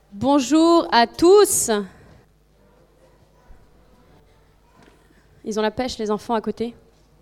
Bonjour à tous. Ils ont la pêche, les enfants à côté.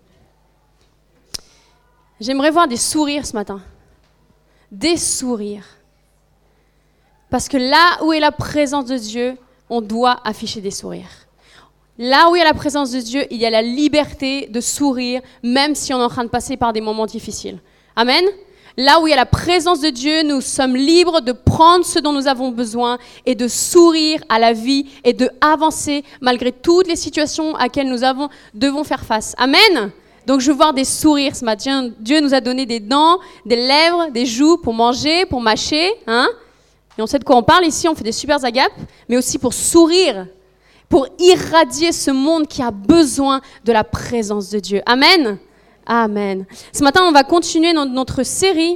J'aimerais voir des sourires ce matin. Des sourires. Parce que là où est la présence de Dieu, on doit afficher des sourires. Là où il y a la présence de Dieu, il y a la liberté de sourire, même si on est en train de passer par des moments difficiles. Amen. Là où il y a la présence de Dieu, nous sommes libres de prendre ce dont nous avons besoin et de sourire à la vie et de avancer malgré toutes les situations auxquelles nous devons faire face. Amen. Donc je veux voir des sourires ce matin. Dieu nous a donné des dents, des lèvres, des joues pour manger, pour mâcher. Hein? Et on sait de quoi on parle ici, on fait des super agapes, mais aussi pour sourire, pour irradier ce monde qui a besoin de la présence de Dieu. Amen. Amen. Ce matin, on va continuer notre série,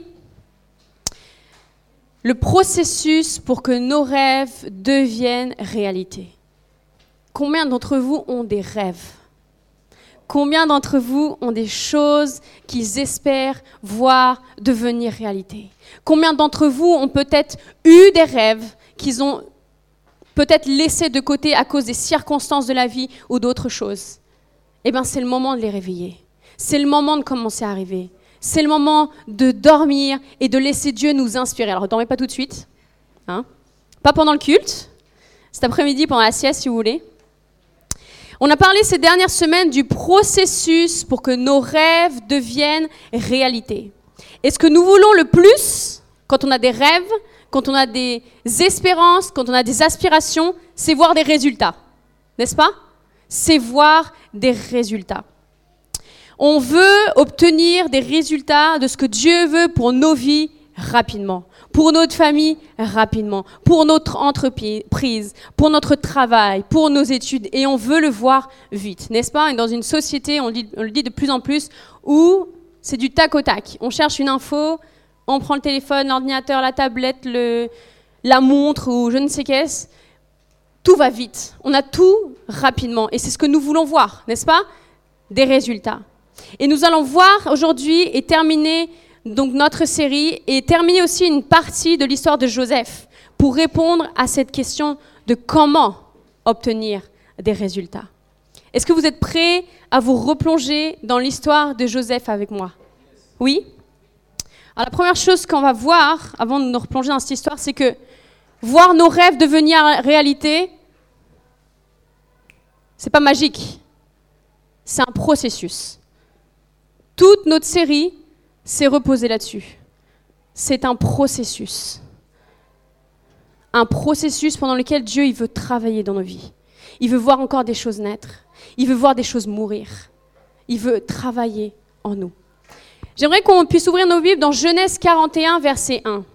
le processus pour que nos rêves deviennent réalité. Combien d'entre vous ont des rêves? Combien d'entre vous ont des choses qu'ils espèrent voir devenir réalité? Combien d'entre vous ont peut-être eu des rêves qu'ils ont peut-être laissés de côté à cause des circonstances de la vie ou d'autres choses? Eh bien, c'est le moment de les réveiller. C'est le moment de commencer à rêver. C'est le moment de dormir et de laisser Dieu nous inspirer. Alors, ne dormez pas tout de suite. Hein? Pas pendant le culte. Cet après-midi, pendant la sieste, si vous voulez. On a parlé ces dernières semaines du processus pour que nos rêves deviennent réalité. Et ce que nous voulons le plus, quand on a des rêves, quand on a des espérances, quand on a des aspirations, c'est voir des résultats. N'est-ce pas? C'est voir des résultats. On veut obtenir des résultats de ce que Dieu veut pour nos vies rapidement, pour notre famille rapidement, pour notre entreprise, pour notre travail, pour nos études, et on veut le voir vite, n'est-ce pas? Et dans une société, on le dit de plus en plus, où c'est du tac au tac. On cherche une info, on prend le téléphone, l'ordinateur, la tablette, la montre ou je ne sais qu'est-ce. Tout va vite. On a tout rapidement. Et c'est ce que nous voulons voir, n'est-ce pas? Des résultats. Et nous allons voir aujourd'hui et terminer donc notre série et terminer aussi une partie de l'histoire de Joseph pour répondre à cette question de comment obtenir des résultats. Est-ce que vous êtes prêts à vous replonger dans l'histoire de Joseph avec moi? Oui? Alors la première chose qu'on va voir avant de nous replonger dans cette histoire, c'est que voir nos rêves devenir réalité, c'est pas magique. C'est un processus. Toute notre série s'est reposée là-dessus. C'est un processus. Un processus pendant lequel Dieu il veut travailler dans nos vies. Il veut voir encore des choses naître. Il veut voir des choses mourir. Il veut travailler en nous. J'aimerais qu'on puisse ouvrir nos Bibles dans Genèse 41, verset 1.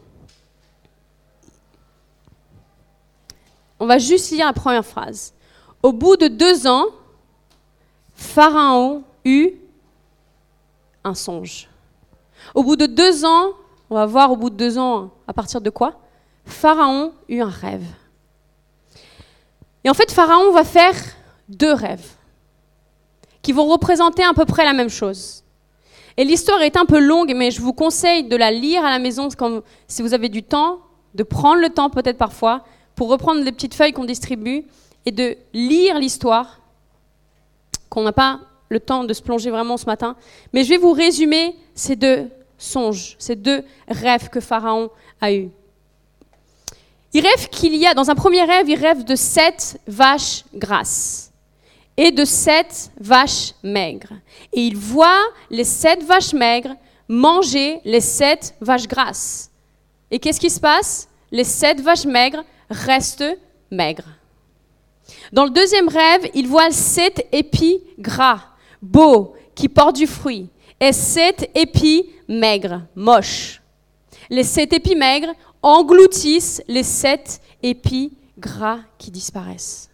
On va juste lire la première phrase. Au bout de 2 ans, Pharaon eut un songe. Au bout de 2 ans, on va voir au bout de 2 ans, à partir de quoi? Pharaon eut un rêve. Et en fait, Pharaon va faire 2 rêves qui vont représenter à peu près la même chose. Et l'histoire est un peu longue, mais je vous conseille de la lire à la maison si vous avez du temps, de prendre le temps peut-être parfois, pour reprendre les petites feuilles qu'on distribue et de lire l'histoire, qu'on n'a pas le temps de se plonger vraiment ce matin. Mais je vais vous résumer ces 2 songes, ces 2 rêves que Pharaon a eus. Il rêve dans un premier rêve, il rêve de 7 vaches grasses et de 7 vaches maigres. Et il voit les 7 vaches maigres manger les 7 vaches grasses. Et qu'est-ce qui se passe? Les 7 vaches maigres restent maigres. Dans le deuxième rêve, il voit 7 épis gras, beaux, qui portent du fruit, et 7 épis maigres, moches. Les 7 épis maigres engloutissent les 7 épis gras qui disparaissent.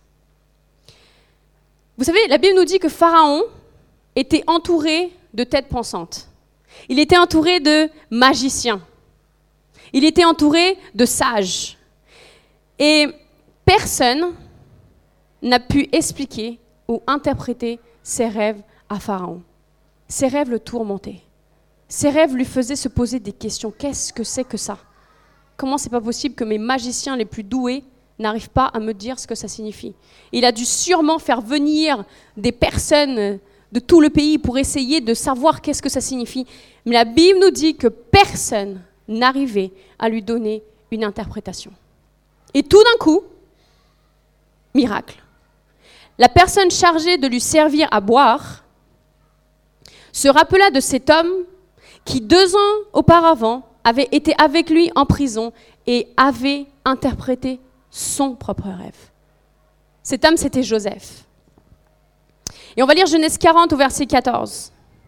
Vous savez, la Bible nous dit que Pharaon était entouré de têtes pensantes. Il était entouré de magiciens. Il était entouré de sages. Et personne n'a pu expliquer ou interpréter ses rêves à Pharaon. Ses rêves le tourmentaient. Ses rêves lui faisaient se poser des questions. Qu'est-ce que c'est que ça? comment c'est pas possible que mes magiciens les plus doués n'arrivent pas à me dire ce que ça signifie. Il a dû sûrement faire venir des personnes de tout le pays pour essayer de savoir qu'est-ce que ça signifie. Mais la Bible nous dit que personne n'arrivait à lui donner une interprétation. Et tout d'un coup, miracle. La personne chargée de lui servir à boire se rappela de cet homme qui 2 ans auparavant avait été avec lui en prison et avait interprété son propre rêve. Cet homme, c'était Joseph. Et on va lire Genèse 40 au verset 14.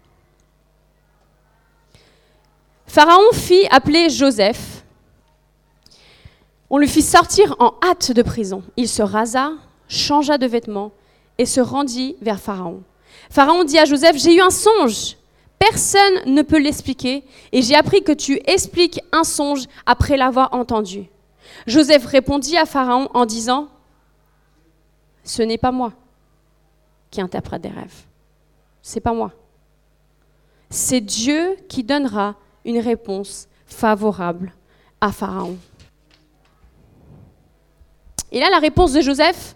Pharaon fit appeler Joseph. On lui fit sortir en hâte de prison. Il se rasa, changea de vêtements et se rendit vers Pharaon. Pharaon dit à Joseph, « J'ai eu un songe. Personne ne peut l'expliquer et j'ai appris que tu expliques un songe après l'avoir entendu. » Joseph répondit à Pharaon en disant, « Ce n'est pas moi qui interprète des rêves. C'est pas moi. C'est Dieu qui donnera une réponse favorable à Pharaon. » Et là, la réponse de Joseph,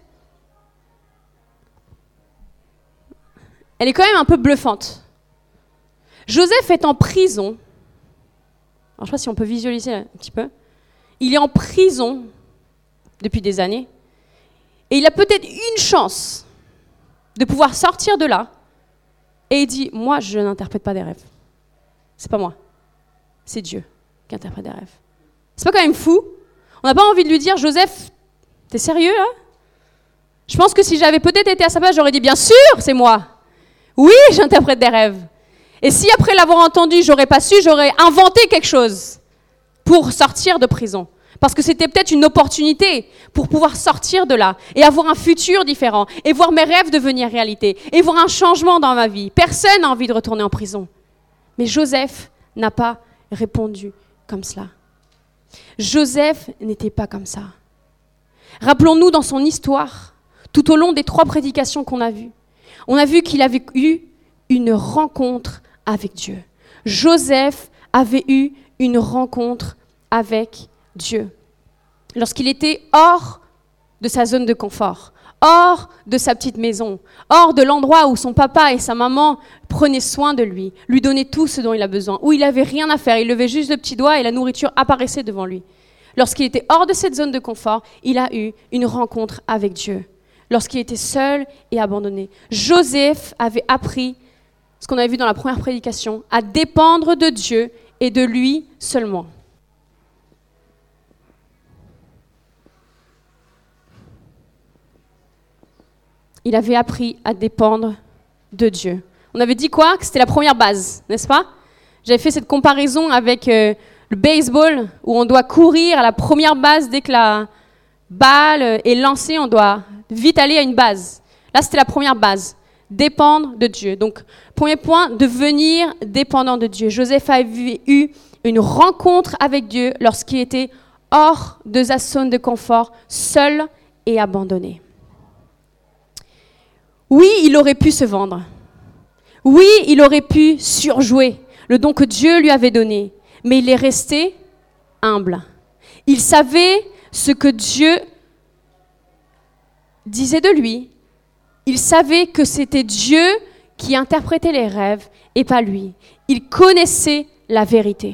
elle est quand même un peu bluffante. Joseph est en prison. Alors, je ne sais pas si on peut visualiser un petit peu. Il est en prison depuis des années. Et il a peut-être une chance de pouvoir sortir de là. Et il dit, moi, je n'interprète pas des rêves. C'est pas moi. C'est Dieu qui interprète des rêves. C'est pas quand même fou? On n'a pas envie de lui dire, Joseph, t'es sérieux là? Je pense que si j'avais peut-être été à sa place, j'aurais dit, bien sûr, c'est moi. Oui, j'interprète des rêves. Et si après l'avoir entendu, j'aurais pas su, j'aurais inventé quelque chose pour sortir de prison. Parce que c'était peut-être une opportunité pour pouvoir sortir de là et avoir un futur différent et voir mes rêves devenir réalité et voir un changement dans ma vie. Personne n'a envie de retourner en prison. Mais Joseph n'a pas répondu comme cela. Joseph n'était pas comme ça. Rappelons-nous dans son histoire, tout au long des 3 prédications qu'on a vues, on a vu qu'il avait eu une rencontre avec Dieu. Joseph avait eu une rencontre avec Dieu. Lorsqu'il était hors de sa zone de confort, hors de sa petite maison, hors de l'endroit où son papa et sa maman prenaient soin de lui donnaient tout ce dont il a besoin, où il n'avait rien à faire, il levait juste le petit doigt et la nourriture apparaissait devant lui. Lorsqu'il était hors de cette zone de confort, il a eu une rencontre avec Dieu. Lorsqu'il était seul et abandonné. Joseph avait appris, ce qu'on avait vu dans la première prédication, à dépendre de Dieu et de lui seulement. Il avait appris à dépendre de Dieu. On avait dit quoi? Que c'était la première base, n'est-ce pas? J'avais fait cette comparaison avec le baseball, où on doit courir à la première base dès que la balle est lancée, on doit vite aller à une base. Là, c'était la première base, dépendre de Dieu. Donc, premier point, devenir dépendant de Dieu. Joseph avait eu une rencontre avec Dieu lorsqu'il était hors de sa zone de confort, seul et abandonné. Oui, il aurait pu se vendre. Oui, il aurait pu surjouer le don que Dieu lui avait donné. Mais il est resté humble. Il savait ce que Dieu disait de lui. Il savait que c'était Dieu qui interprétait les rêves et pas lui. Il connaissait la vérité.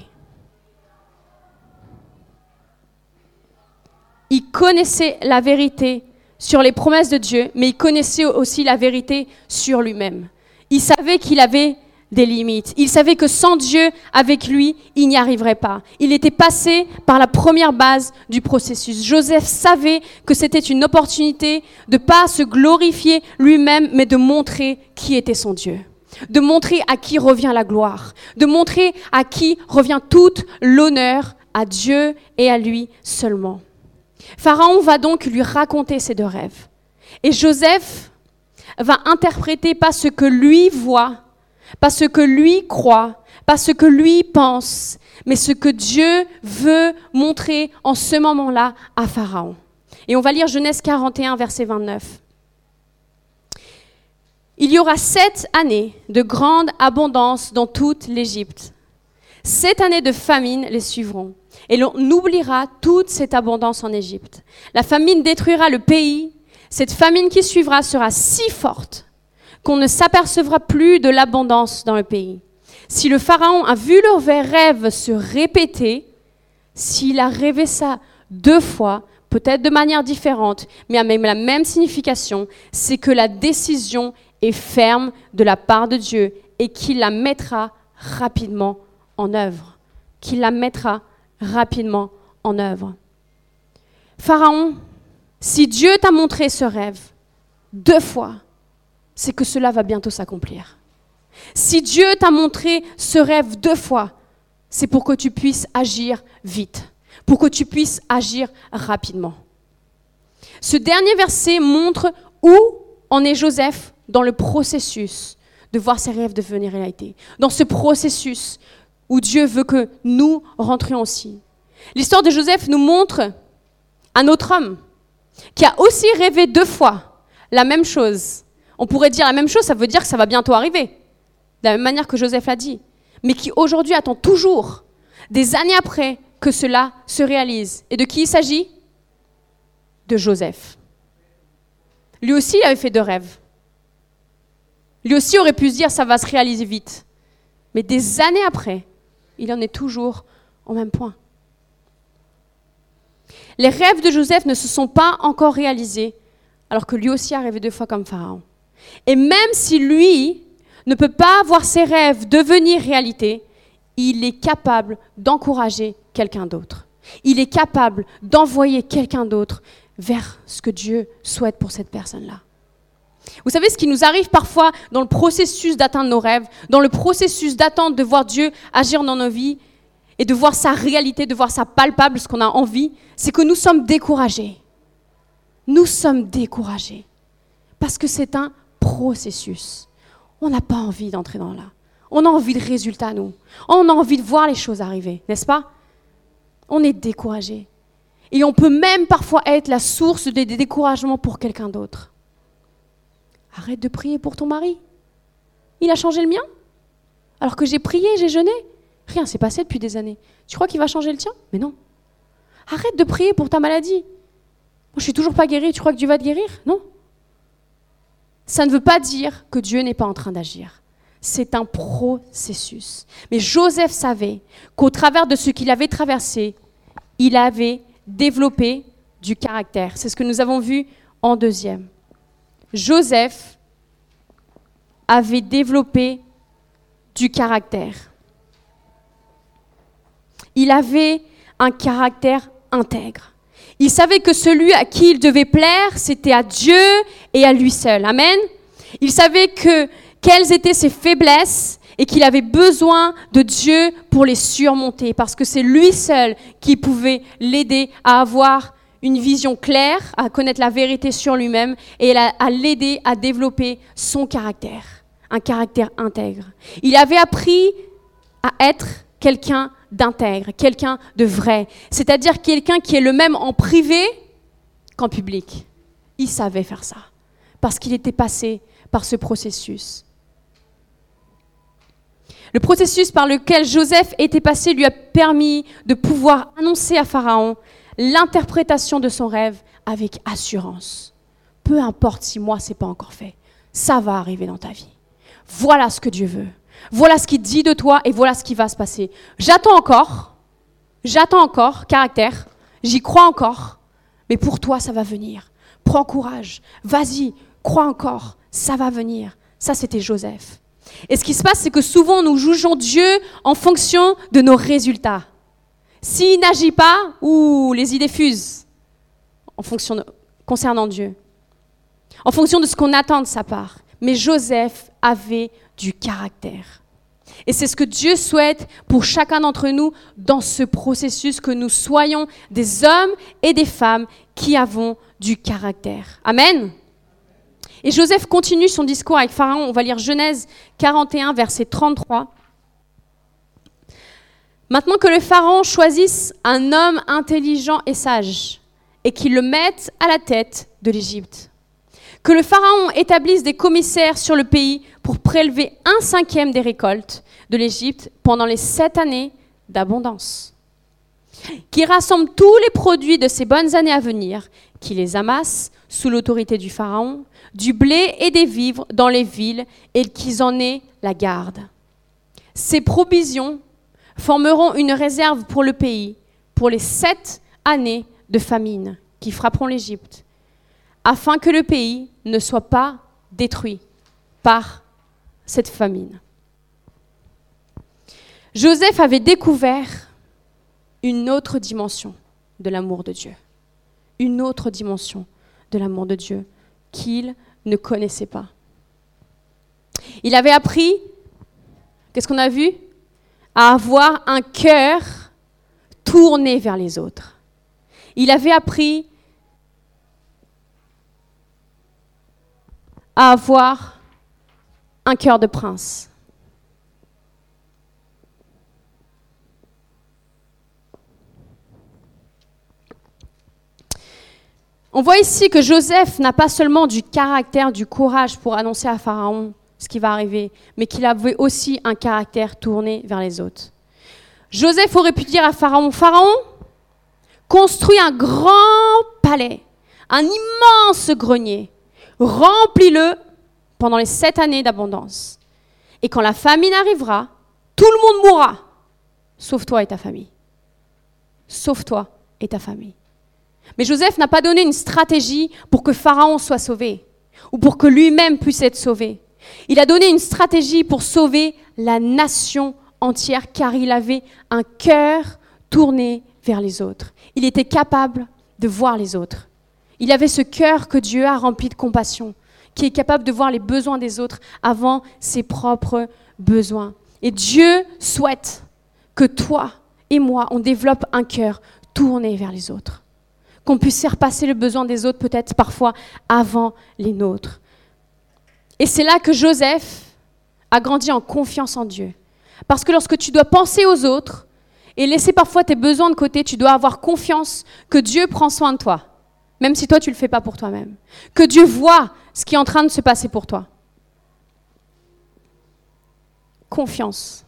Il connaissait la vérité sur les promesses de Dieu, mais il connaissait aussi la vérité sur lui-même. Il savait qu'il avait des limites. Il savait que sans Dieu, avec lui, il n'y arriverait pas. Il était passé par la première base du processus. Joseph savait que c'était une opportunité de ne pas se glorifier lui-même, mais de montrer qui était son Dieu. De montrer à qui revient la gloire. De montrer à qui revient toute l'honneur, à Dieu et à lui seulement. Pharaon va donc lui raconter ses 2 rêves. Et Joseph va interpréter pas ce que lui voit, pas ce que lui croit, pas ce que lui pense, mais ce que Dieu veut montrer en ce moment-là à Pharaon. Et on va lire Genèse 41, verset 29. Il y aura 7 années de grande abondance dans toute l'Égypte. 7 années de famine les suivront. et l'on oubliera toute cette abondance en Égypte. La famine détruira le pays. Cette famine qui suivra sera si forte qu'on ne s'apercevra plus de l'abondance dans le pays. Si le Pharaon a vu le rêve se répéter, s'il a rêvé ça 2 fois, peut-être de manière différente, mais avec la même signification, c'est que la décision est ferme de la part de Dieu et qu'il la mettra rapidement en œuvre. Qu'il la mettra rapidement en œuvre. Pharaon, si Dieu t'a montré ce rêve 2 fois, c'est que cela va bientôt s'accomplir. Si Dieu t'a montré ce rêve 2 fois, c'est pour que tu puisses agir vite, pour que tu puisses agir rapidement. Ce dernier verset montre où en est Joseph dans le processus de voir ses rêves devenir réalité, dans ce processus où Dieu veut que nous rentrions aussi. L'histoire de Joseph nous montre un autre homme qui a aussi rêvé 2 fois la même chose. On pourrait dire la même chose, ça veut dire que ça va bientôt arriver, de la même manière que Joseph l'a dit, mais qui aujourd'hui attend toujours, des années après, que cela se réalise. Et de qui il s'agit ? De Joseph. Lui aussi, il avait fait 2 rêves. Lui aussi aurait pu se dire, ça va se réaliser vite. Mais des années après, il en est toujours au même point. Les rêves de Joseph ne se sont pas encore réalisés, alors que lui aussi a rêvé 2 fois comme Pharaon. Et même si lui ne peut pas voir ses rêves devenir réalité, il est capable d'encourager quelqu'un d'autre. Il est capable d'envoyer quelqu'un d'autre vers ce que Dieu souhaite pour cette personne-là. Vous savez, ce qui nous arrive parfois dans le processus d'atteindre nos rêves, dans le processus d'attendre de voir Dieu agir dans nos vies et de voir sa réalité, de voir sa palpable, ce qu'on a envie, c'est que nous sommes découragés. Nous sommes découragés parce que c'est un processus. On n'a pas envie d'entrer dans là. On a envie de résultats, nous. On a envie de voir les choses arriver, n'est-ce pas ? On est découragés. Et on peut même parfois être la source des découragements pour quelqu'un d'autre. Arrête de prier pour ton mari. Il a changé le mien. Alors que j'ai prié, j'ai jeûné. Rien s'est passé depuis des années. Tu crois qu'il va changer le tien ? Mais non. Arrête de prier pour ta maladie. Moi, je suis toujours pas guérie. Tu crois que Dieu va te guérir ? Non. Ça ne veut pas dire que Dieu n'est pas en train d'agir. C'est un processus. Mais Joseph savait qu'au travers de ce qu'il avait traversé, il avait développé du caractère. C'est ce que nous avons vu en 2e. Joseph avait développé du caractère. Il avait un caractère intègre. Il savait que celui à qui il devait plaire, c'était à Dieu et à lui seul. Amen. Il savait quelles étaient ses faiblesses et qu'il avait besoin de Dieu pour les surmonter, parce que c'est lui seul qui pouvait l'aider à avoir une vision claire, à connaître la vérité sur lui-même et à l'aider à développer son caractère, un caractère intègre. Il avait appris à être quelqu'un d'intègre, quelqu'un de vrai, c'est-à-dire quelqu'un qui est le même en privé qu'en public. Il savait faire ça, parce qu'il était passé par ce processus. Le processus par lequel Joseph était passé lui a permis de pouvoir annoncer à Pharaon l'interprétation de son rêve avec assurance. Peu importe si moi, ce n'est pas encore fait, ça va arriver dans ta vie. Voilà ce que Dieu veut. Voilà ce qu'il dit de toi et voilà ce qui va se passer. J'attends encore, caractère, j'y crois encore, mais pour toi, ça va venir. Prends courage, vas-y, crois encore, ça va venir. Ça, c'était Joseph. Et ce qui se passe, c'est que souvent, nous jugeons Dieu en fonction de nos résultats. S'il n'agit pas, les idées fusent concernant Dieu, en fonction de ce qu'on attend de sa part. Mais Joseph avait du caractère. Et c'est ce que Dieu souhaite pour chacun d'entre nous dans ce processus, que nous soyons des hommes et des femmes qui avons du caractère. Amen. Et Joseph continue son discours avec Pharaon. On va lire Genèse 41, verset 33. Maintenant que le Pharaon choisisse un homme intelligent et sage et qu'il le mette à la tête de l'Égypte. Que le Pharaon établisse des commissaires sur le pays pour prélever 1/5 des récoltes de l'Égypte pendant les 7 années d'abondance. qui rassemble tous les produits de ces bonnes années à venir, qui les amasse sous l'autorité du Pharaon, du blé et des vivres dans les villes, et qu'ils en aient la garde. Ces provisions formeront une réserve pour le pays, pour les 7 années de famine qui frapperont l'Égypte, afin que le pays ne soit pas détruit par cette famine. Joseph avait découvert une autre dimension de l'amour de Dieu. Une autre dimension de l'amour de Dieu qu'il ne connaissait pas. Il avait appris, qu'est-ce qu'on a vu? À avoir un cœur tourné vers les autres. Il avait appris à avoir un cœur de prince. On voit ici que Joseph n'a pas seulement du caractère, du courage pour annoncer à Pharaon ce qui va arriver, mais qu'il avait aussi un caractère tourné vers les autres. Joseph aurait pu dire à Pharaon, « Pharaon, construis un grand palais, un immense grenier, remplis-le pendant les 7 années d'abondance. Et quand la famine arrivera, tout le monde mourra, sauf toi et ta famille. Sauf toi et ta famille. » Mais Joseph n'a pas donné une stratégie pour que Pharaon soit sauvé ou pour que lui-même puisse être sauvé. Il a donné une stratégie pour sauver la nation entière car il avait un cœur tourné vers les autres. Il était capable de voir les autres. Il avait ce cœur que Dieu a rempli de compassion, qui est capable de voir les besoins des autres avant ses propres besoins. Et Dieu souhaite que toi et moi, on développe un cœur tourné vers les autres. Qu'on puisse faire passer le besoin des autres peut-être parfois avant les nôtres. Et c'est là que Joseph a grandi en confiance en Dieu. Parce que lorsque tu dois penser aux autres et laisser parfois tes besoins de côté, tu dois avoir confiance que Dieu prend soin de toi, même si toi tu ne le fais pas pour toi-même. Que Dieu voit ce qui est en train de se passer pour toi. Confiance.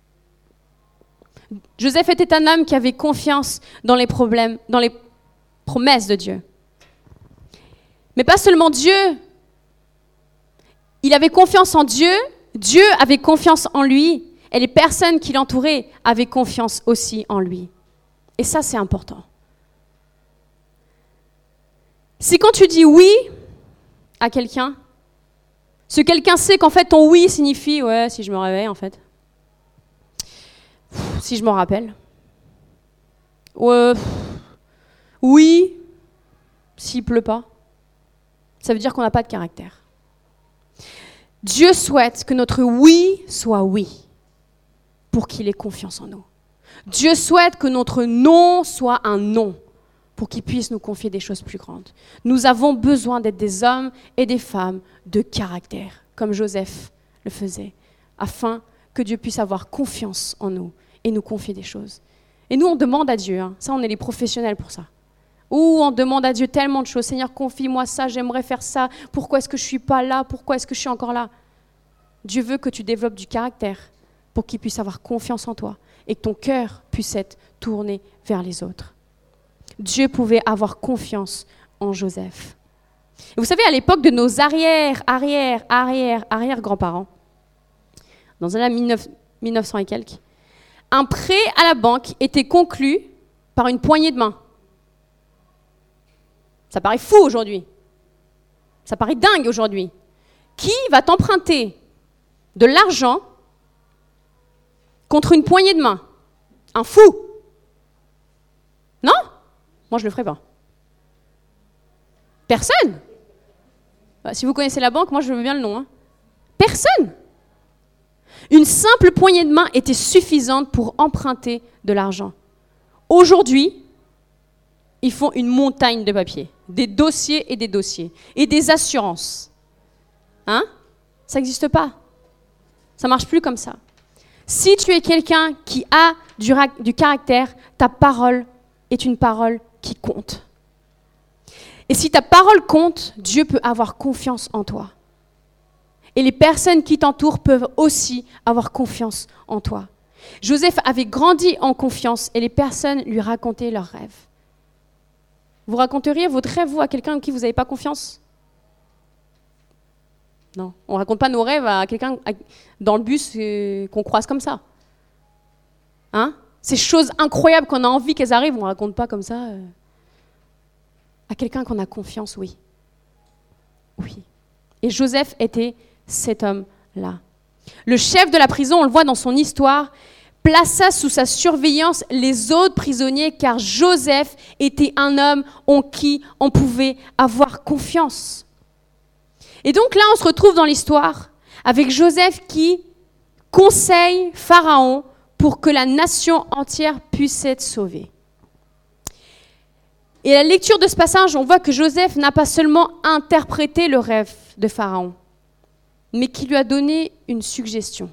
Joseph était un homme qui avait confiance dans les problèmes, dans les promesses de Dieu. Mais pas seulement Dieu. Il avait confiance en Dieu, Dieu avait confiance en lui, et les personnes qui l'entouraient avaient confiance aussi en lui. Et ça, c'est important. Si quand tu dis oui à quelqu'un, ce quelqu'un sait qu'en fait ton oui signifie « ouais, si je me réveille en fait », si je m'en rappelle, oui, s'il pleut pas, ça veut dire qu'on n'a pas de caractère. Dieu souhaite que notre oui soit oui, pour qu'il ait confiance en nous. Dieu souhaite que notre non soit un non, pour qu'il puisse nous confier des choses plus grandes. Nous avons besoin d'être des hommes et des femmes de caractère, comme Joseph le faisait, afin que Dieu puisse avoir confiance en nous et nous confier des choses. Et nous, on demande à Dieu, ça on est les professionnels pour ça. Ou on demande à Dieu tellement de choses. Seigneur, confie-moi ça, j'aimerais faire ça. Pourquoi est-ce que je ne suis pas là? Pourquoi est-ce que je suis encore là? Dieu veut que tu développes du caractère pour qu'il puisse avoir confiance en toi et que ton cœur puisse être tourné vers les autres. Dieu pouvait avoir confiance en Joseph. Et vous savez, à l'époque de nos arrière-grands-parents, dans les années 1900 et quelques, un prêt à la banque était conclu par une poignée de main. Ça paraît fou aujourd'hui. Ça paraît dingue aujourd'hui. Qui va t'emprunter de l'argent contre une poignée de main? Un fou. Non? Moi, je ne le ferai pas. Personne. Si vous connaissez la banque, moi, je veux bien le nom. Personne. Une simple poignée de main était suffisante pour emprunter de l'argent. Aujourd'hui, ils font une montagne de papiers, des dossiers et des assurances. Ça n'existe pas. Ça ne marche plus comme ça. Si tu es quelqu'un qui a du caractère, ta parole est une parole qui compte. Et si ta parole compte, Dieu peut avoir confiance en toi. Et les personnes qui t'entourent peuvent aussi avoir confiance en toi. Joseph avait grandi en confiance et les personnes lui racontaient leurs rêves. Vous raconteriez votre rêve, vous, à quelqu'un en qui vous n'avez pas confiance? Non, on ne raconte pas nos rêves à quelqu'un dans le bus qu'on croise comme ça. Hein? Ces choses incroyables qu'on a envie qu'elles arrivent, on ne raconte pas comme ça. À quelqu'un qu'on a confiance, oui. Oui. Et Joseph était cet homme-là. Le chef de la prison, on le voit dans son histoire, plaça sous sa surveillance les autres prisonniers car Joseph était un homme en qui on pouvait avoir confiance. Et donc là, on se retrouve dans l'histoire avec Joseph qui conseille Pharaon pour que la nation entière puisse être sauvée. Et à la lecture de ce passage, on voit que Joseph n'a pas seulement interprété le rêve de Pharaon, mais qui lui a donné une suggestion.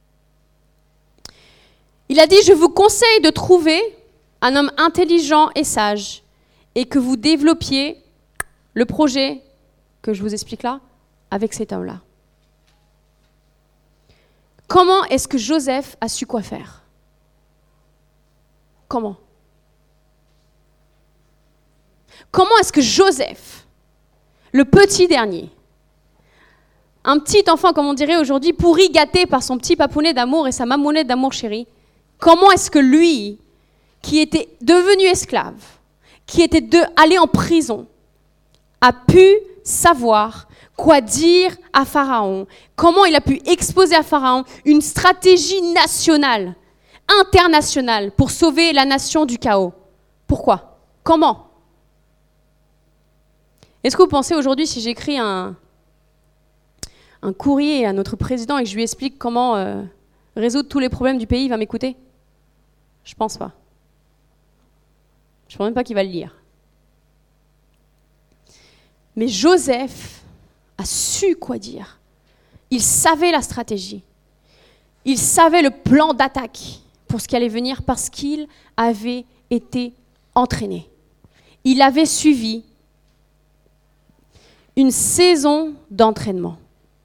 Il a dit, je vous conseille de trouver un homme intelligent et sage et que vous développiez le projet que je vous explique là avec cet homme-là. Comment est-ce que Joseph a su quoi faire? Comment? Comment est-ce que Joseph, le petit dernier, un petit enfant, comme on dirait aujourd'hui, pourri gâté par son petit papounet d'amour et sa mamounette d'amour chéri, comment est-ce que lui, qui était devenu esclave, qui était allé en prison, a pu savoir quoi dire à Pharaon? Comment il a pu exposer à Pharaon une stratégie nationale, internationale, pour sauver la nation du chaos? Pourquoi? Comment? Est-ce que vous pensez aujourd'hui, si j'écris un courrier à notre président et que je lui explique comment résoudre tous les problèmes du pays, il va m'écouter? Je pense pas. Je ne pense même pas qu'il va le lire. Mais Joseph a su quoi dire. Il savait la stratégie. Il savait le plan d'attaque pour ce qui allait venir parce qu'il avait été entraîné. Il avait suivi une saison d'entraînement.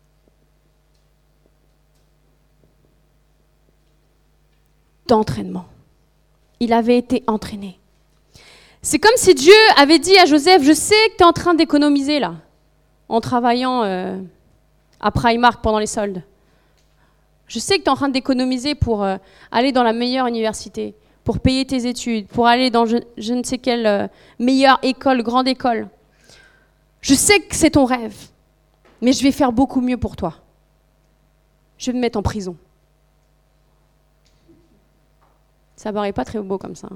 Il avait été entraîné. C'est comme si Dieu avait dit à Joseph, je sais que tu es en train d'économiser là, en travaillant à Primark pendant les soldes. Je sais que tu es en train d'économiser pour aller dans la meilleure université, pour payer tes études, pour aller dans je ne sais quelle meilleure école, grande école. Je sais que c'est ton rêve, mais je vais faire beaucoup mieux pour toi. Je vais me mettre en prison. Ça paraît pas très beau comme ça.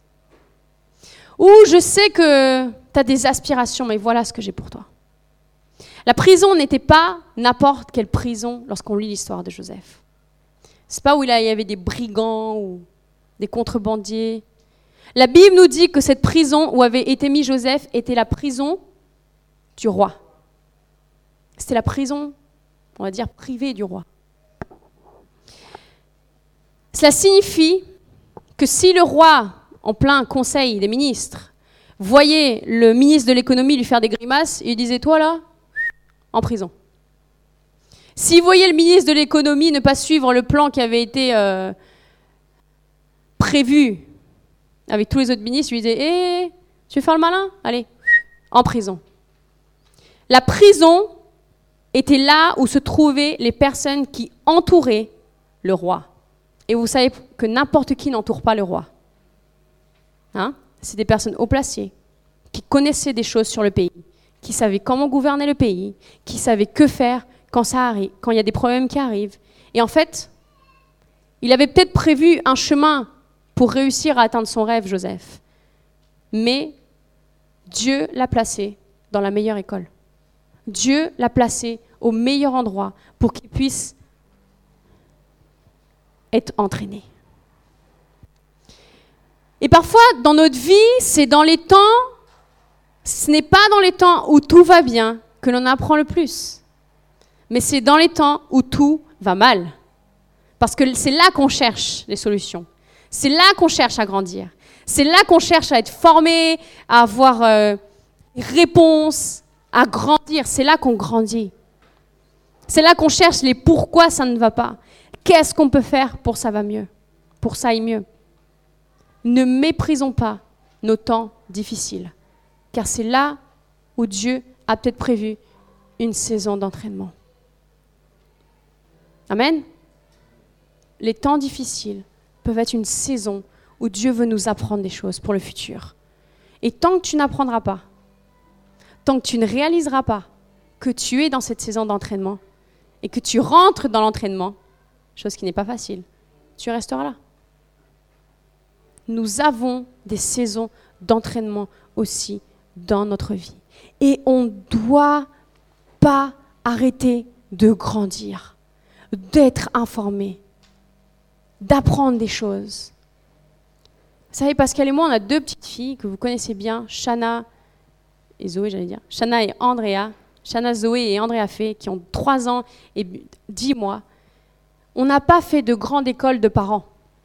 Ou je sais que tu as des aspirations, mais voilà ce que j'ai pour toi. La prison n'était pas n'importe quelle prison lorsqu'on lit l'histoire de Joseph. C'est pas où il y avait des brigands ou des contrebandiers. La Bible nous dit que cette prison où avait été mis Joseph était la prison du roi. C'était la prison, on va dire, privée du roi. Cela signifie que si le roi, en plein conseil des ministres, voyait le ministre de l'économie lui faire des grimaces, il disait, toi là, en prison. S'il voyait le ministre de l'économie ne pas suivre le plan qui avait été prévu avec tous les autres ministres, il lui disait, tu veux faire le malin? Allez, en prison. La prison était là où se trouvaient les personnes qui entouraient le roi. Et vous savez que n'importe qui n'entoure pas le roi. Hein? C'est des personnes haut placées, qui connaissaient des choses sur le pays, qui savaient comment gouverner le pays, qui savaient que faire quand ça arrive, quand il y a des problèmes qui arrivent. Et en fait, il avait peut-être prévu un chemin pour réussir à atteindre son rêve, Joseph. Mais Dieu l'a placé dans la meilleure école. Dieu l'a placé au meilleur endroit pour qu'il puisse être entraîné. Et parfois, dans notre vie, ce n'est pas dans les temps où tout va bien que l'on apprend le plus. Mais c'est dans les temps où tout va mal. Parce que c'est là qu'on cherche les solutions. C'est là qu'on cherche à grandir. C'est là qu'on cherche à être formé, à avoir réponse, à grandir. C'est là qu'on grandit. C'est là qu'on cherche les pourquoi ça ne va pas. Qu'est-ce qu'on peut faire pour ça va mieux? pour ça et mieux. Ne méprisons pas nos temps difficiles, car c'est là où Dieu a peut-être prévu une saison d'entraînement. Amen. Les temps difficiles peuvent être une saison où Dieu veut nous apprendre des choses pour le futur. Et tant que tu n'apprendras pas, tant que tu ne réaliseras pas que tu es dans cette saison d'entraînement et que tu rentres dans l'entraînement, chose qui n'est pas facile, tu resteras là. Nous avons des saisons d'entraînement aussi dans notre vie. Et on ne doit pas arrêter de grandir, d'être informé, d'apprendre des choses. Vous savez, Pascal et moi, on a 2 petites filles que vous connaissez bien, Shana et Zoé, j'allais dire. Shana et Andrea. Shana, Zoé et Andrea Fay, qui ont 3 ans et 10 mois. On n'a pas fait de grande école de parents.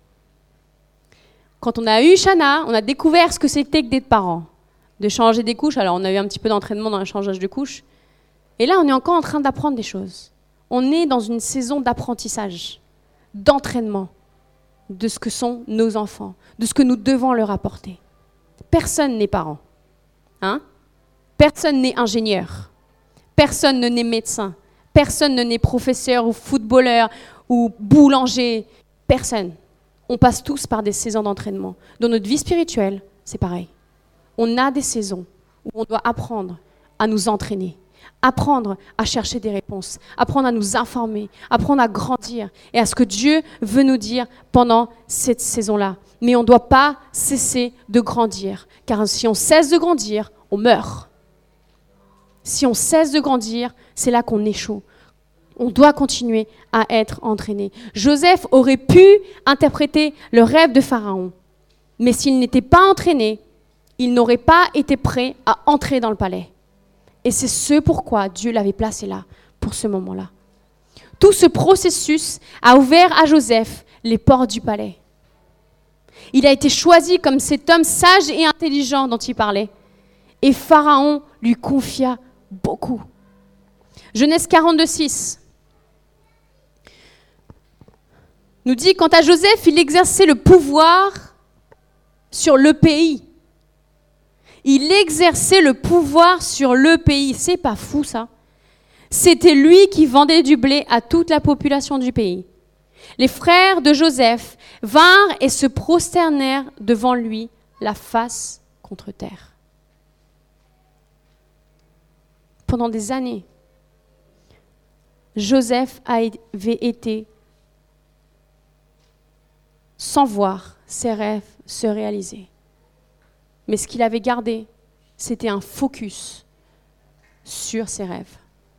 Quand on a eu Shana, on a découvert ce que c'était que d'être parents. De changer des couches. Alors, on a eu un petit peu d'entraînement dans le changeage de couches. Et là, on est encore en train d'apprendre des choses. On est dans une saison d'apprentissage, d'entraînement de ce que sont nos enfants, de ce que nous devons leur apporter. Personne n'est parent. Hein? Personne n'est ingénieur. Personne ne n'est médecin. Personne ne n'est professeur ou footballeur ou boulanger. Personne. On passe tous par des saisons d'entraînement. Dans notre vie spirituelle, c'est pareil. On a des saisons où on doit apprendre à nous entraîner, apprendre à chercher des réponses, apprendre à nous informer, apprendre à grandir et à ce que Dieu veut nous dire pendant cette saison-là. Mais on ne doit pas cesser de grandir, car si on cesse de grandir, on meurt. Si on cesse de grandir, c'est là qu'on échoue. On doit continuer à être entraîné. Joseph aurait pu interpréter le rêve de Pharaon, mais s'il n'était pas entraîné, il n'aurait pas été prêt à entrer dans le palais. Et c'est ce pourquoi Dieu l'avait placé là, pour ce moment-là. Tout ce processus a ouvert à Joseph les portes du palais. Il a été choisi comme cet homme sage et intelligent dont il parlait. Et Pharaon lui confia beaucoup. Genèse 42:6 nous dit, quant à Joseph, il exerçait le pouvoir sur le pays. Il exerçait le pouvoir sur le pays. C'est pas fou, ça. C'était lui qui vendait du blé à toute la population du pays. Les frères de Joseph vinrent et se prosternèrent devant lui, la face contre terre. Pendant des années, Joseph avait été sans voir ses rêves se réaliser. Mais ce qu'il avait gardé, c'était un focus sur ses rêves.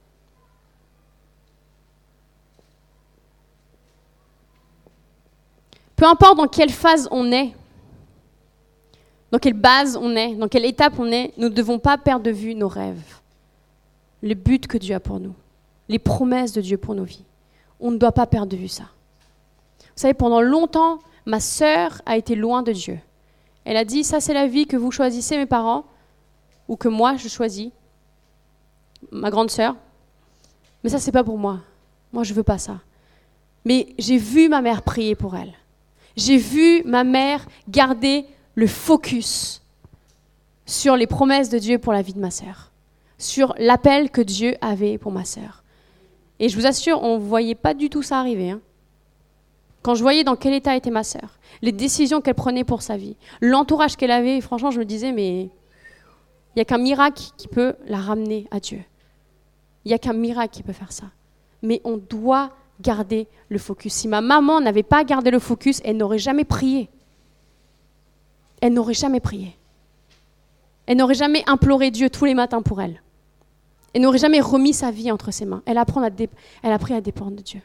Peu importe dans quelle phase on est, dans quelle base on est, dans quelle étape on est, nous ne devons pas perdre de vue nos rêves, le but que Dieu a pour nous, les promesses de Dieu pour nos vies. On ne doit pas perdre de vue ça. Vous savez, pendant longtemps, ma sœur a été loin de Dieu. Elle a dit, ça c'est la vie que vous choisissez, mes parents, ou que moi je choisis, ma grande sœur. Mais ça c'est pas pour moi. Moi je veux pas ça. Mais j'ai vu ma mère prier pour elle. J'ai vu ma mère garder le focus sur les promesses de Dieu pour la vie de ma sœur, sur l'appel que Dieu avait pour ma sœur. Et je vous assure, on ne voyait pas du tout ça arriver. Hein. Quand je voyais dans quel état était ma sœur, les décisions qu'elle prenait pour sa vie, l'entourage qu'elle avait, franchement, je me disais, mais il n'y a qu'un miracle qui peut la ramener à Dieu. Il n'y a qu'un miracle qui peut faire ça. Mais on doit garder le focus. Si ma maman n'avait pas gardé le focus, elle n'aurait jamais prié. Elle n'aurait jamais prié. Elle n'aurait jamais imploré Dieu tous les matins pour elle. Elle n'aurait jamais remis sa vie entre ses mains. Elle a appris à dépendre de Dieu.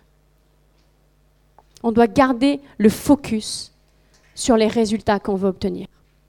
On doit garder le focus sur les résultats qu'on veut obtenir.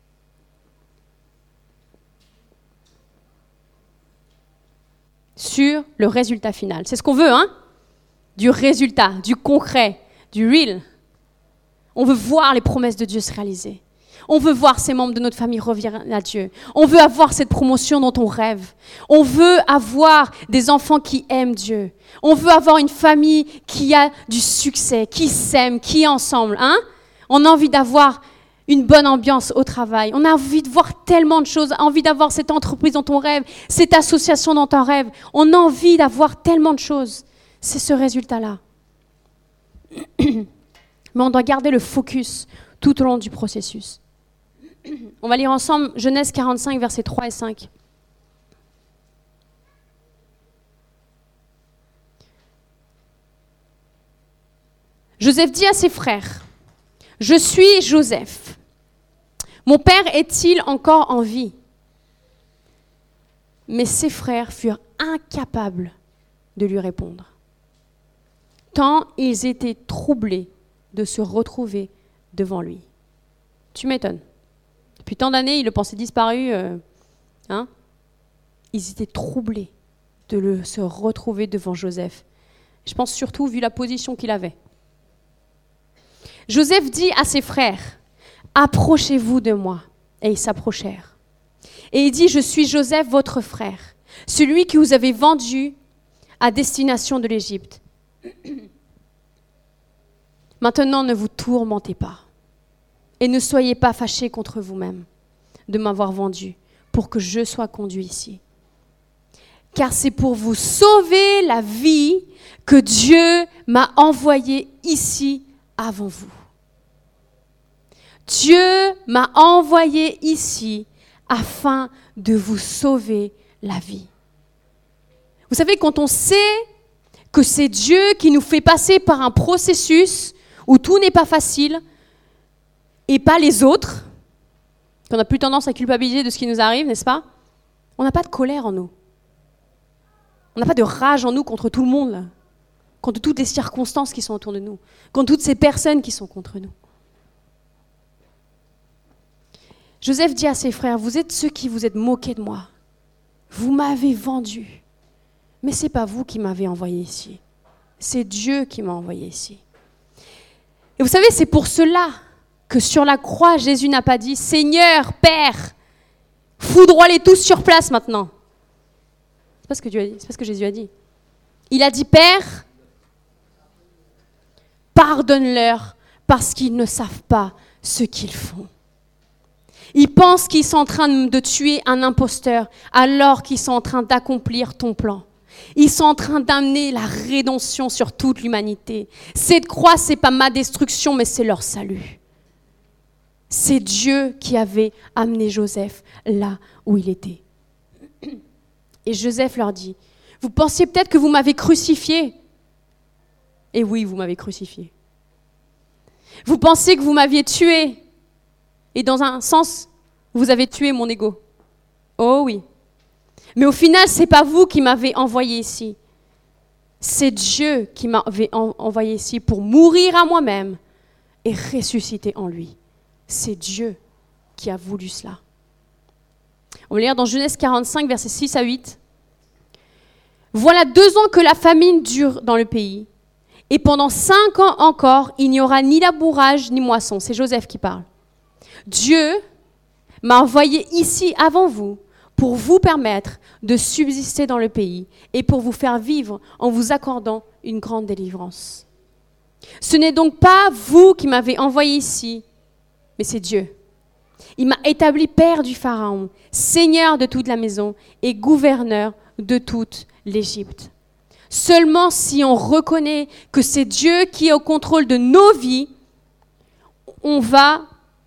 Sur le résultat final. C'est ce qu'on veut, hein? Du résultat, du concret, du real. On veut voir les promesses de Dieu se réaliser. On veut voir ces membres de notre famille revenir à Dieu. On veut avoir cette promotion dont on rêve. On veut avoir des enfants qui aiment Dieu. On veut avoir une famille qui a du succès, qui s'aime, qui est ensemble. Hein? On a envie d'avoir une bonne ambiance au travail. On a envie de voir tellement de choses, envie d'avoir cette entreprise dont on rêve, cette association dont on rêve. On a envie d'avoir tellement de choses. C'est ce résultat-là. Mais on doit garder le focus tout au long du processus. On va lire ensemble Genèse 45, versets 3 et 5. Joseph dit à ses frères, « Je suis Joseph. Mon père est-il encore en vie ?» Mais ses frères furent incapables de lui répondre, tant ils étaient troublés de se retrouver devant lui. Tu m'étonnes. Depuis tant d'années, ils le pensaient disparu. Ils étaient troublés de se retrouver devant Joseph. Je pense surtout vu la position qu'il avait. Joseph dit à ses frères, « Approchez-vous de moi. » Et ils s'approchèrent. Et il dit, « Je suis Joseph, votre frère, celui que vous avez vendu à destination de l'Égypte. Maintenant, ne vous tourmentez pas et ne soyez pas fâchés contre vous-même de m'avoir vendu pour que je sois conduit ici. Car c'est pour vous sauver la vie que Dieu m'a envoyé ici avant vous. Dieu m'a envoyé ici afin de vous sauver la vie. » Vous savez, quand on sait que c'est Dieu qui nous fait passer par un processus où tout n'est pas facile et pas les autres, qu'on a plus tendance à culpabiliser de ce qui nous arrive, n'est-ce pas? On n'a pas de colère en nous. On n'a pas de rage en nous contre tout le monde, là. Contre toutes les circonstances qui sont autour de nous, contre toutes ces personnes qui sont contre nous. Joseph dit à ses frères, « Vous êtes ceux qui vous êtes moqués de moi. Vous m'avez vendu. Mais ce n'est pas vous qui m'avez envoyé ici. C'est Dieu qui m'a envoyé ici. » Et vous savez, c'est pour cela que sur la croix, Jésus n'a pas dit « Seigneur, Père, foudroie-les tous sur place maintenant. » C'est pas ce que Dieu a dit, c'est pas ce que Jésus a dit. Il a dit « Père, pardonne-leur parce qu'ils ne savent pas ce qu'ils font. » Ils pensent qu'ils sont en train de tuer un imposteur alors qu'ils sont en train d'accomplir ton plan. Ils sont en train d'amener la rédemption sur toute l'humanité. Cette croix, ce n'est pas ma destruction, mais c'est leur salut. C'est Dieu qui avait amené Joseph là où il était. Et Joseph leur dit, « Vous pensiez peut-être que vous m'avez crucifié. » Et oui, vous m'avez crucifié. Vous pensez que vous m'aviez tué. Et dans un sens, vous avez tué mon ego. Oh oui. Mais au final, ce n'est pas vous qui m'avez envoyé ici. C'est Dieu qui m'avait envoyé ici pour mourir à moi-même et ressusciter en lui. C'est Dieu qui a voulu cela. On va lire dans Genèse 45, versets 6 à 8. « Voilà 2 ans que la famine dure dans le pays. Et pendant 5 ans encore, il n'y aura ni labourage ni moisson. » C'est Joseph qui parle. « Dieu m'a envoyé ici avant vous pour vous permettre de subsister dans le pays et pour vous faire vivre en vous accordant une grande délivrance. Ce n'est donc pas vous qui m'avez envoyé ici, mais c'est Dieu. Il m'a établi père du Pharaon, seigneur de toute la maison et gouverneur de toute l'Égypte. Seulement si on reconnaît que c'est Dieu qui est au contrôle de nos vies, on va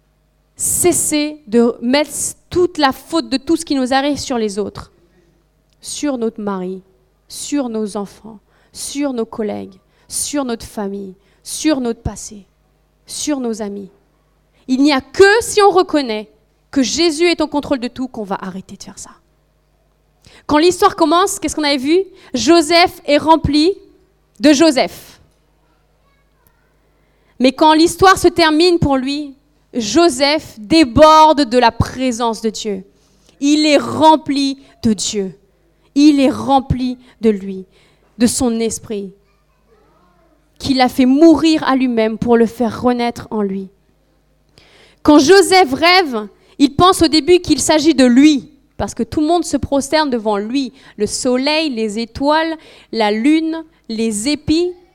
cesser de mettre toute la faute de tout ce qui nous arrive sur les autres, sur notre mari, sur nos enfants, sur nos collègues, sur notre famille, sur notre passé, sur nos amis. Il n'y a que si on reconnaît que Jésus est au contrôle de tout qu'on va arrêter de faire ça. Quand l'histoire commence, qu'est-ce qu'on avait vu? Joseph est rempli de Joseph. Mais quand l'histoire se termine pour lui, Joseph déborde de la présence de Dieu. Il est rempli de Dieu. Il est rempli de lui, de son esprit, qu'il a fait mourir à lui-même pour le faire renaître en lui. Quand Joseph rêve, il pense au début qu'il s'agit de lui, parce que tout le monde se prosterne devant lui. Le soleil, les étoiles, la lune, les épis,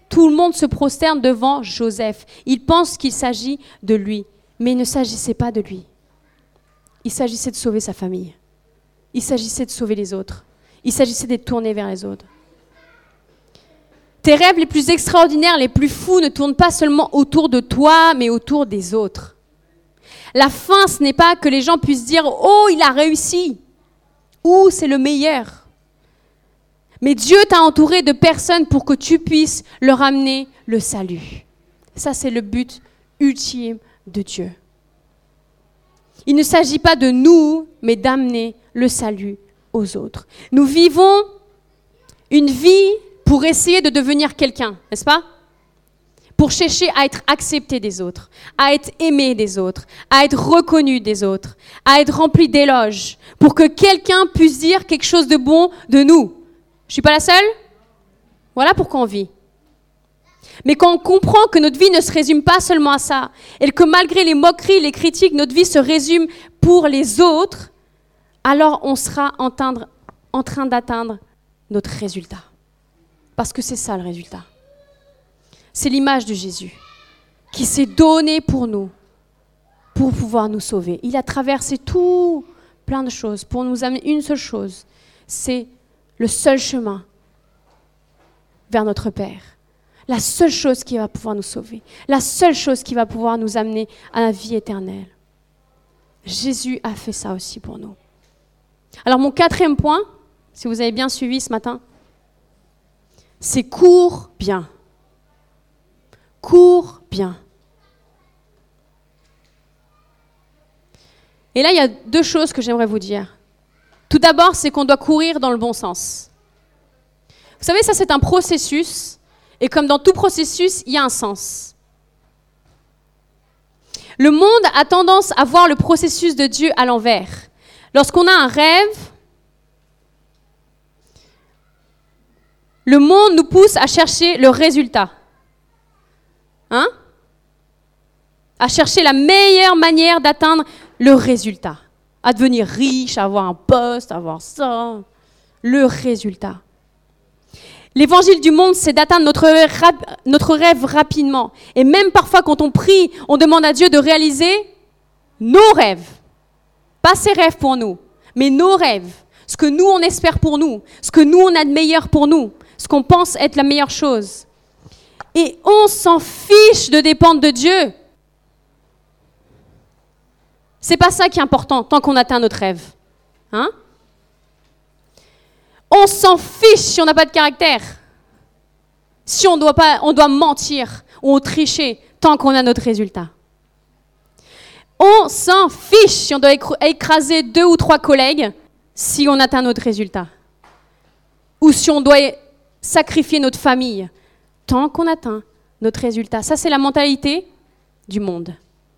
Tout le monde se prosterne devant Joseph. Ils pensent qu'il s'agit de lui, mais il ne s'agissait pas de lui. Il s'agissait de sauver sa famille. Il s'agissait de sauver les autres. Il s'agissait d'être tourné vers les autres. Tes rêves les plus extraordinaires, les plus fous ne tournent pas seulement autour de toi, mais autour des autres. La fin, ce n'est pas que les gens puissent dire « Oh, il a réussi !» ou « C'est le meilleur !» Mais Dieu t'a entouré de personnes pour que tu puisses leur amener le salut. Ça, c'est le but ultime de Dieu. Il ne s'agit pas de nous, mais d'amener le salut aux autres. Nous vivons une vie pour essayer de devenir quelqu'un, n'est-ce pas? Pour chercher à être accepté des autres, à être aimé des autres, à être reconnu des autres, à être rempli d'éloges, pour que quelqu'un puisse dire quelque chose de bon de nous. Je ne suis pas la seule? Voilà pourquoi on vit. Mais quand on comprend que notre vie ne se résume pas seulement à ça, et que malgré les moqueries, les critiques, notre vie se résume pour les autres, alors on sera en train d'atteindre notre résultat. Parce que c'est ça le résultat. C'est l'image de Jésus qui s'est donné pour nous, pour pouvoir nous sauver. Il a traversé tout, plein de choses, pour nous amener une seule chose, c'est le seul chemin vers notre Père. La seule chose qui va pouvoir nous sauver. La seule chose qui va pouvoir nous amener à la vie éternelle. Jésus a fait ça aussi pour nous. Alors mon 4e point, si vous avez bien suivi ce matin, c'est cours bien. Cours bien. Et là, il y a 2 choses que j'aimerais vous dire. Tout d'abord, c'est qu'on doit courir dans le bon sens. Vous savez, ça c'est un processus, et comme dans tout processus, il y a un sens. Le monde a tendance à voir le processus de Dieu à l'envers. Lorsqu'on a un rêve, le monde nous pousse à chercher le résultat. À chercher la meilleure manière d'atteindre le résultat. À devenir riche, à avoir un poste, à avoir ça. Le résultat. L'évangile du monde, c'est d'atteindre notre rêve rapidement. Et même parfois, quand on prie, on demande à Dieu de réaliser nos rêves. Pas ses rêves pour nous, mais nos rêves. Ce que nous, on espère pour nous. Ce que nous, on a de meilleur pour nous. Ce qu'on pense être la meilleure chose. Et on s'en fiche de dépendre de Dieu. C'est pas ça qui est important tant qu'on atteint notre rêve. On s'en fiche si on n'a pas de caractère. Si on doit mentir ou tricher tant qu'on a notre résultat. On s'en fiche si on doit écraser 2 ou 3 collègues si on atteint notre résultat. Ou si on doit sacrifier notre famille tant qu'on atteint notre résultat. Ça, c'est la mentalité du monde.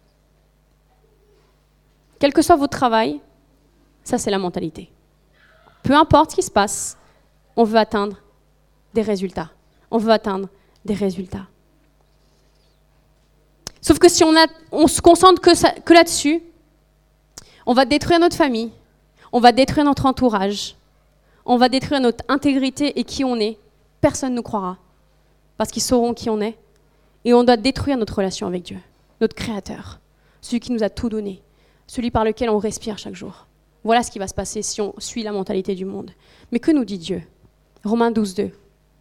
Quel que soit votre travail, ça, c'est la mentalité. Peu importe ce qui se passe, on veut atteindre des résultats. On veut atteindre des résultats. Sauf que si on se concentre que là-dessus, on va détruire notre famille, on va détruire notre entourage, on va détruire notre intégrité et qui on est. Personne ne nous croira, parce qu'ils sauront qui on est. Et on doit détruire notre relation avec Dieu, notre Créateur, celui qui nous a tout donné, celui par lequel on respire chaque jour. Voilà ce qui va se passer si on suit la mentalité du monde. Mais que nous dit Dieu? Romains 12, 2.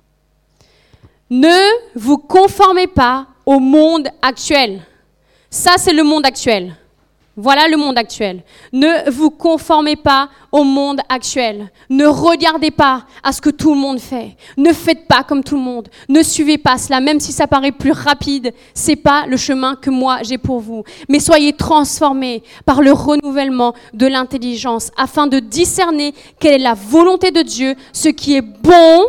Ne vous conformez pas au monde actuel. Ça, c'est le monde actuel. Voilà le monde actuel. Ne vous conformez pas au monde actuel. Ne regardez pas à ce que tout le monde fait. Ne faites pas comme tout le monde. Ne suivez pas cela, même si ça paraît plus rapide. C'est pas le chemin que moi j'ai pour vous. Mais soyez transformés par le renouvellement de l'intelligence afin de discerner quelle est la volonté de Dieu, ce qui est bon,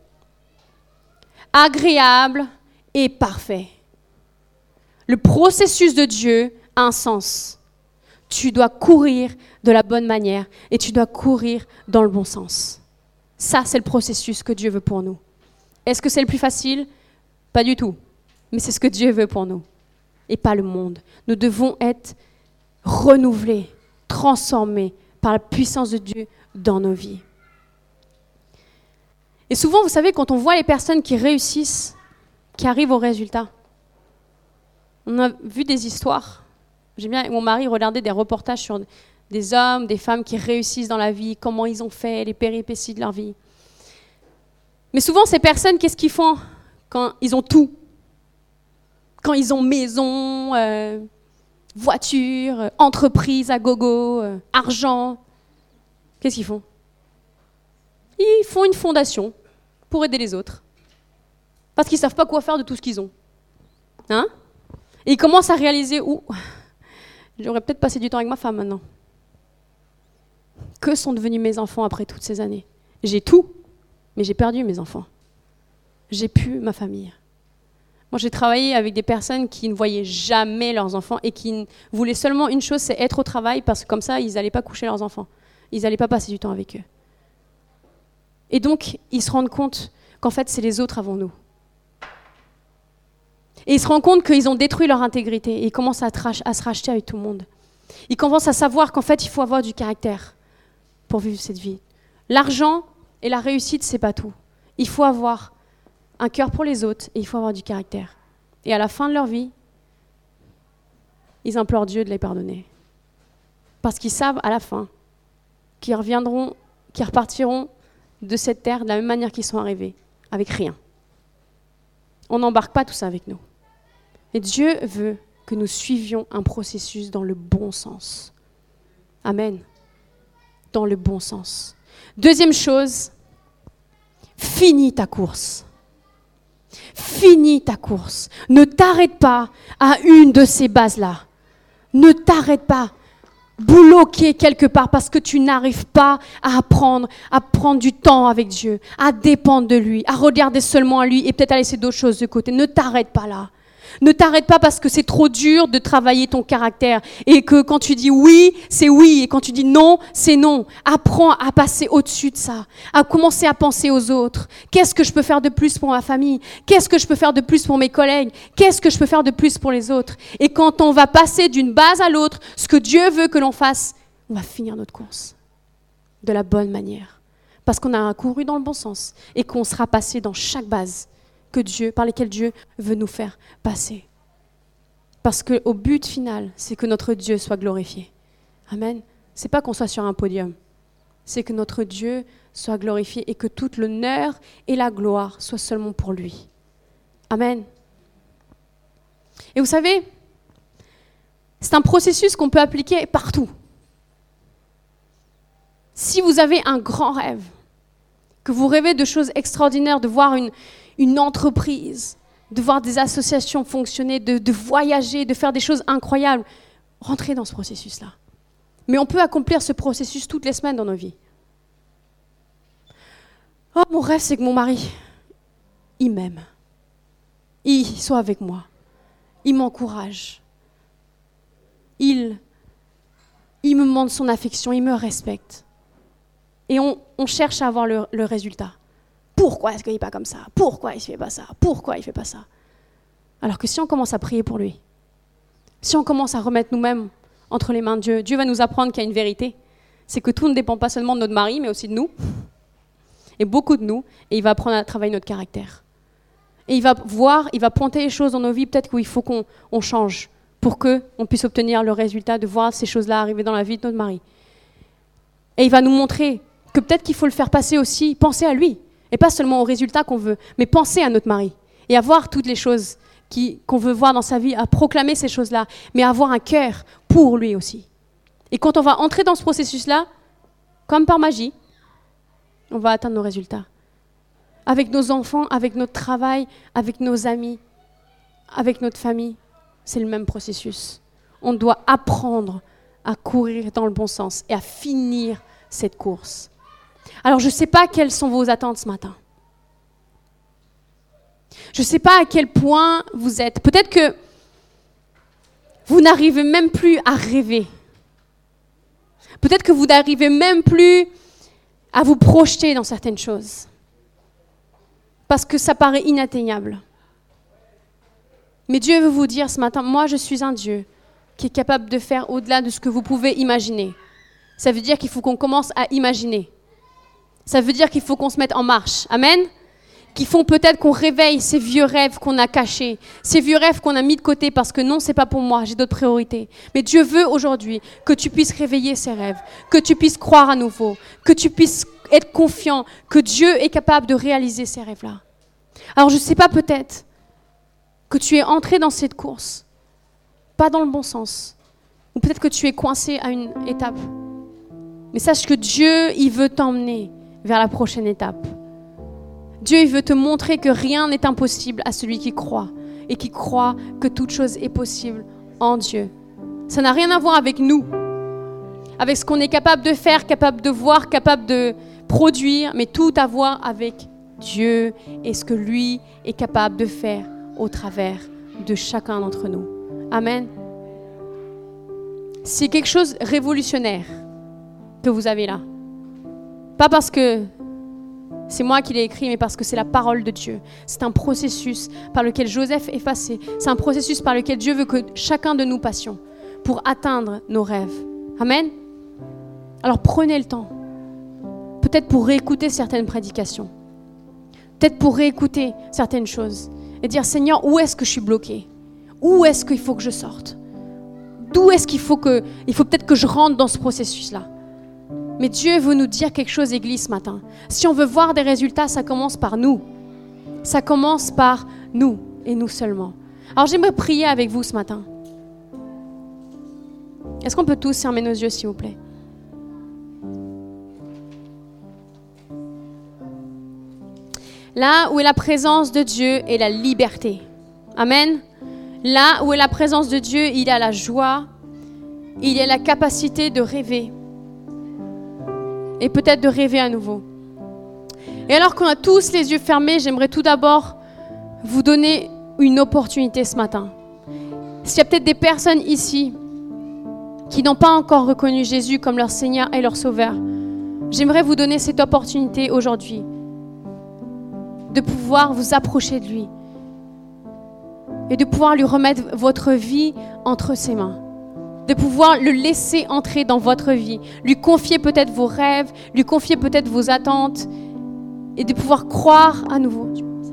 agréable et parfait. Le processus de Dieu a un sens. Tu dois courir de la bonne manière et tu dois courir dans le bon sens. Ça, c'est le processus que Dieu veut pour nous. Est-ce que c'est le plus facile? Pas du tout. Mais c'est ce que Dieu veut pour nous et pas le monde. Nous devons être renouvelés, transformés par la puissance de Dieu dans nos vies. Et souvent, vous savez, quand on voit les personnes qui réussissent, qui arrivent au résultat. On a vu des histoires. J'aime bien, mon mari regardait des reportages sur des hommes, des femmes qui réussissent dans la vie, comment ils ont fait, les péripéties de leur vie. Mais souvent, ces personnes, qu'est-ce qu'ils font quand ils ont tout? Quand ils ont maison, voiture, entreprise à gogo, argent, qu'est-ce qu'ils font? Ils font une fondation pour aider les autres. Parce qu'ils ne savent pas quoi faire de tout ce qu'ils ont. Hein? Et ils commencent à réaliser, j'aurais peut-être passé du temps avec ma femme maintenant. Que sont devenus mes enfants après toutes ces années? J'ai tout, mais j'ai perdu mes enfants. J'ai plus ma famille. Moi, j'ai travaillé avec des personnes qui ne voyaient jamais leurs enfants et qui voulaient seulement une chose, c'est être au travail, parce que comme ça, ils n'allaient pas coucher leurs enfants. Ils n'allaient pas passer du temps avec eux. Et donc, ils se rendent compte qu'en fait, c'est les autres avant nous. Et ils se rendent compte qu'ils ont détruit leur intégrité et ils commencent à se racheter avec tout le monde. Ils commencent à savoir qu'en fait, il faut avoir du caractère pour vivre cette vie. L'argent et la réussite, c'est pas tout. Il faut avoir un cœur pour les autres et il faut avoir du caractère. Et à la fin de leur vie, ils implorent Dieu de les pardonner. Parce qu'ils savent à la fin qu'ils reviendront, qu'ils repartiront de cette terre de la même manière qu'ils sont arrivés, avec rien. On n'embarque pas tout ça avec nous. Et Dieu veut que nous suivions un processus dans le bon sens. Amen. Dans le bon sens. Deuxième chose, finis ta course. Finis ta course. Ne t'arrête pas à une de ces bases-là. Ne t'arrête pas. Bloqué quelque part parce que tu n'arrives pas à prendre du temps avec Dieu, à dépendre de lui, à regarder seulement à lui et peut-être à laisser d'autres choses de côté. Ne t'arrête pas là. Ne t'arrête pas parce que c'est trop dur de travailler ton caractère et que quand tu dis oui, c'est oui et quand tu dis non, c'est non. Apprends à passer au-dessus de ça, à commencer à penser aux autres. Qu'est-ce que je peux faire de plus pour ma famille? Qu'est-ce que je peux faire de plus pour mes collègues? Qu'est-ce que je peux faire de plus pour les autres? Et quand on va passer d'une base à l'autre, ce que Dieu veut que l'on fasse, on va finir notre course de la bonne manière. Parce qu'on a couru dans le bon sens et qu'on sera passé dans chaque base par lesquels Dieu veut nous faire passer. Parce qu'au but final, c'est que notre Dieu soit glorifié. Amen. C'est pas qu'on soit sur un podium. C'est que notre Dieu soit glorifié et que toute l'honneur et la gloire soient seulement pour lui. Amen. Et vous savez, c'est un processus qu'on peut appliquer partout. Si vous avez un grand rêve, que vous rêvez de choses extraordinaires, de voir une entreprise, de voir des associations fonctionner, de voyager, de faire des choses incroyables. Rentrez dans ce processus-là. Mais on peut accomplir ce processus toutes les semaines dans nos vies. Oh, mon rêve, c'est que mon mari, il m'aime. Il soit avec moi. Il m'encourage. Il me montre son affection, il me respecte. Et on cherche à avoir le résultat. Pourquoi est-ce qu'il n'est pas comme ça? Pourquoi il ne fait pas ça? Pourquoi il ne fait pas ça? Alors que si on commence à prier pour lui, si on commence à remettre nous-mêmes entre les mains de Dieu, Dieu va nous apprendre qu'il y a une vérité. C'est que tout ne dépend pas seulement de notre mari, mais aussi de nous. Et beaucoup de nous. Et il va apprendre à travailler notre caractère. Et il va pointer les choses dans nos vies, peut-être qu'il faut qu'on change pour qu'on puisse obtenir le résultat de voir ces choses-là arriver dans la vie de notre mari. Et il va nous montrer que peut-être qu'il faut le faire passer aussi, penser à lui. Et pas seulement aux résultats qu'on veut, mais penser à notre mari et à voir toutes les choses qu'on veut voir dans sa vie, à proclamer ces choses-là, mais à avoir un cœur pour lui aussi. Et quand on va entrer dans ce processus-là, comme par magie, on va atteindre nos résultats. Avec nos enfants, avec notre travail, avec nos amis, avec notre famille, c'est le même processus. On doit apprendre à courir dans le bon sens et à finir cette course. Alors, je ne sais pas quelles sont vos attentes ce matin. Je ne sais pas à quel point vous êtes. Peut-être que vous n'arrivez même plus à rêver. Peut-être que vous n'arrivez même plus à vous projeter dans certaines choses. Parce que ça paraît inatteignable. Mais Dieu veut vous dire ce matin, moi je suis un Dieu qui est capable de faire au-delà de ce que vous pouvez imaginer. Ça veut dire qu'il faut qu'on commence à imaginer. Ça veut dire qu'il faut qu'on se mette en marche. Amen. qui font peut-être qu'on réveille ces vieux rêves qu'on a cachés, ces vieux rêves qu'on a mis de côté parce que non, c'est pas pour moi, j'ai d'autres priorités. Mais Dieu veut aujourd'hui que tu puisses réveiller ces rêves, que tu puisses croire à nouveau, que tu puisses être confiant que Dieu est capable de réaliser ces rêves-là. Alors je ne sais pas, peut-être que tu es entré dans cette course, pas dans le bon sens, ou peut-être que tu es coincé à une étape. Mais sache que Dieu, il veut t'emmener vers la prochaine étape. Dieu, il veut te montrer que rien n'est impossible à celui qui croit et qui croit que toute chose est possible en Dieu. Ça n'a rien à voir avec nous, avec ce qu'on est capable de faire, capable de voir, capable de produire, mais tout à voir avec Dieu et ce que lui est capable de faire au travers de chacun d'entre nous. Amen. C'est quelque chose de révolutionnaire que vous avez là. Pas parce que c'est moi qui l'ai écrit, mais parce que c'est la parole de Dieu. C'est un processus par lequel Joseph est passé. C'est un processus par lequel Dieu veut que chacun de nous passions pour atteindre nos rêves. Amen. Alors prenez le temps. Peut-être pour réécouter certaines prédications. Peut-être pour réécouter certaines choses. Et dire, Seigneur, où est-ce que je suis bloqué? Où est-ce qu'il faut que je sorte? D'où est-ce qu'il faut peut-être que je rentre dans ce processus-là? Mais Dieu veut nous dire quelque chose, Église, ce matin. Si on veut voir des résultats, ça commence par nous. Ça commence par nous et nous seulement. Alors j'aimerais prier avec vous ce matin. Est-ce qu'on peut tous fermer nos yeux, s'il vous plaît? Là où est la présence de Dieu est la liberté. Amen. Là où est la présence de Dieu, il y a la joie, il y a la capacité de rêver. Et peut-être de rêver à nouveau. Et alors qu'on a tous les yeux fermés, j'aimerais tout d'abord vous donner une opportunité ce matin. S'il y a peut-être des personnes ici qui n'ont pas encore reconnu Jésus comme leur Seigneur et leur Sauveur, j'aimerais vous donner cette opportunité aujourd'hui de pouvoir vous approcher de lui et de pouvoir lui remettre votre vie entre ses mains. De pouvoir le laisser entrer dans votre vie, lui confier peut-être vos rêves, lui confier peut-être vos attentes et de pouvoir croire à nouveau.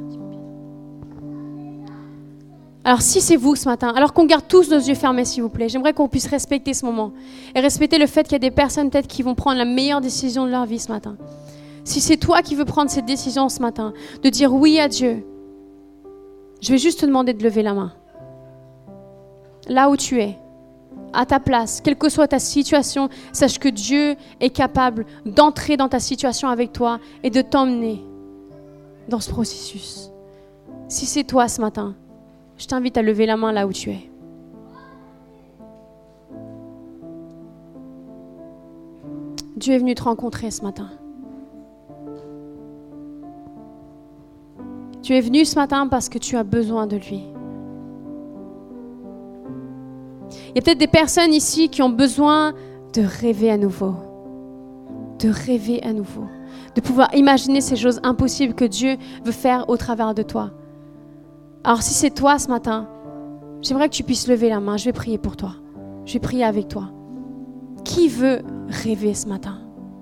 Alors si c'est vous ce matin, alors qu'on garde tous nos yeux fermés s'il vous plaît, j'aimerais qu'on puisse respecter ce moment et respecter le fait qu'il y a des personnes peut-être qui vont prendre la meilleure décision de leur vie ce matin. Si c'est toi qui veux prendre cette décision ce matin, de dire oui à Dieu, je vais juste te demander de lever la main. Là où tu es. À ta place, quelle que soit ta situation, sache que Dieu est capable d'entrer dans ta situation avec toi et de t'emmener dans ce processus. Si c'est toi ce matin, je t'invite à lever la main là où tu es. Dieu est venu te rencontrer ce matin. Tu es venu ce matin parce que tu as besoin de lui. Il y a peut-être des personnes ici qui ont besoin de rêver à nouveau. De rêver à nouveau. De pouvoir imaginer ces choses impossibles que Dieu veut faire au travers de toi. Alors si c'est toi ce matin, j'aimerais que tu puisses lever la main. Je vais prier pour toi. Je vais prier avec toi. Qui veut rêver ce matin?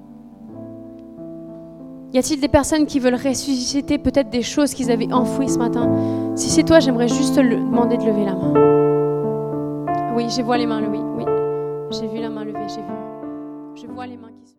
Y a-t-il des personnes qui veulent ressusciter peut-être des choses qu'ils avaient enfouies ce matin? Si c'est toi, j'aimerais juste te demander de lever la main. Oui, je vois les mains levées. Oui, j'ai vu la main levée, j'ai vu. Je vois les mains.